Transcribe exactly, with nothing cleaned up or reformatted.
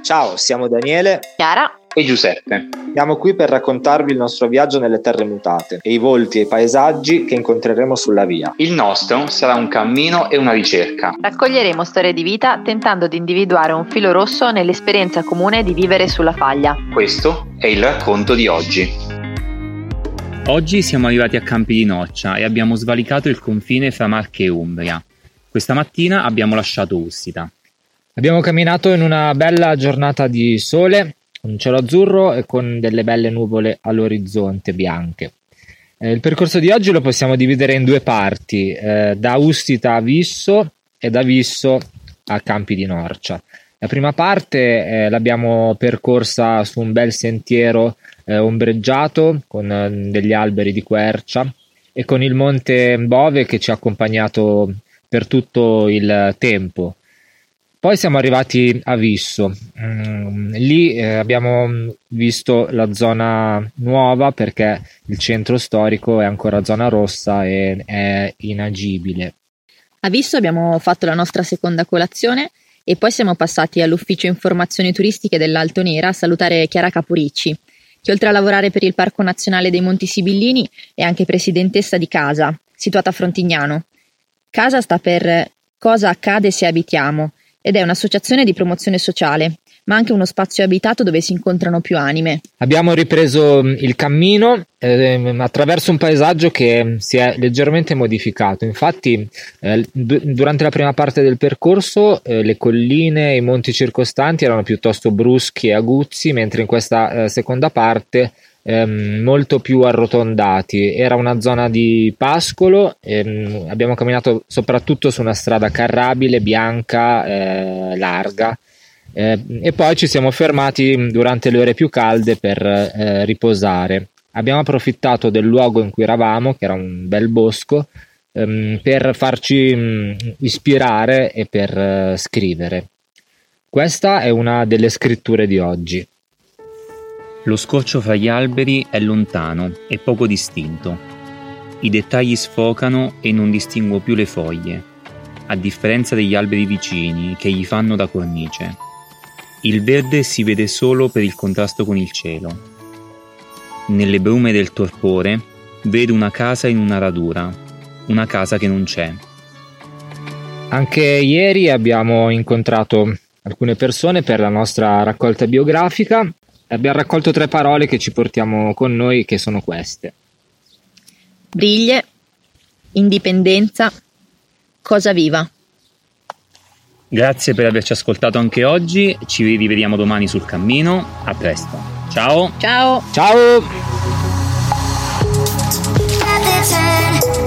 Ciao, siamo Daniele, Chiara e Giuseppe. Siamo qui per raccontarvi il nostro viaggio nelle terre mutate e i volti e i paesaggi che incontreremo sulla via. Il nostro sarà un cammino e una ricerca. Raccoglieremo storie di vita tentando di individuare un filo rosso nell'esperienza comune di vivere sulla faglia. Questo è il racconto di oggi. Oggi siamo arrivati a Campi di Norcia e abbiamo svalicato il confine fra Marche e Umbria. Questa mattina abbiamo lasciato Ussita. Abbiamo camminato in una bella giornata di sole, un cielo azzurro e con delle belle nuvole all'orizzonte bianche. Eh, il percorso di oggi lo possiamo dividere in due parti, eh, da Ussita a Visso e da Visso a Campi di Norcia. La prima parte eh, l'abbiamo percorsa su un bel sentiero eh, ombreggiato con eh, degli alberi di quercia e con il monte Bove che ci ha accompagnato per tutto il tempo. Poi siamo arrivati a Visso, mm, lì eh, abbiamo visto la zona nuova perché il centro storico è ancora zona rossa e è inagibile. A Visso abbiamo fatto la nostra seconda colazione e poi siamo passati all'ufficio informazioni turistiche dell'Alto Nera a salutare Chiara Capuricci, che oltre a lavorare per il Parco Nazionale dei Monti Sibillini è anche presidentessa di Casa, situata a Frontignano. Casa sta per Cosa accade se abitiamo ed è un'associazione di promozione sociale, ma anche uno spazio abitato dove si incontrano più anime. Abbiamo ripreso il cammino eh, attraverso un paesaggio che si è leggermente modificato. Infatti eh, d- durante la prima parte del percorso eh, le colline e i monti circostanti erano piuttosto bruschi e aguzzi, mentre in questa eh, seconda parte ehm, molto più arrotondati. Era una zona di pascolo, ehm, abbiamo camminato soprattutto su una strada carrabile, bianca, eh, larga. Eh, e poi ci siamo fermati durante le ore più calde per eh, riposare. Abbiamo approfittato del luogo in cui eravamo, che era un bel bosco, ehm, per farci mh, ispirare e per eh, scrivere. Questa è una delle scritture di oggi. Lo scorcio fra gli alberi è lontano e poco distinto. I dettagli sfocano e non distinguo più le foglie, a differenza degli alberi vicini che gli fanno da cornice. Il verde si vede solo per il contrasto con il cielo. Nelle brume del torpore vedo una casa in una radura, una casa che non c'è. Anche ieri abbiamo incontrato alcune persone per la nostra raccolta biografica. Abbiamo raccolto tre parole che ci portiamo con noi, che sono queste: briglie, indipendenza, cosa viva. Grazie per averci ascoltato anche oggi, ci rivediamo domani sul cammino, a presto, ciao! Ciao! Ciao!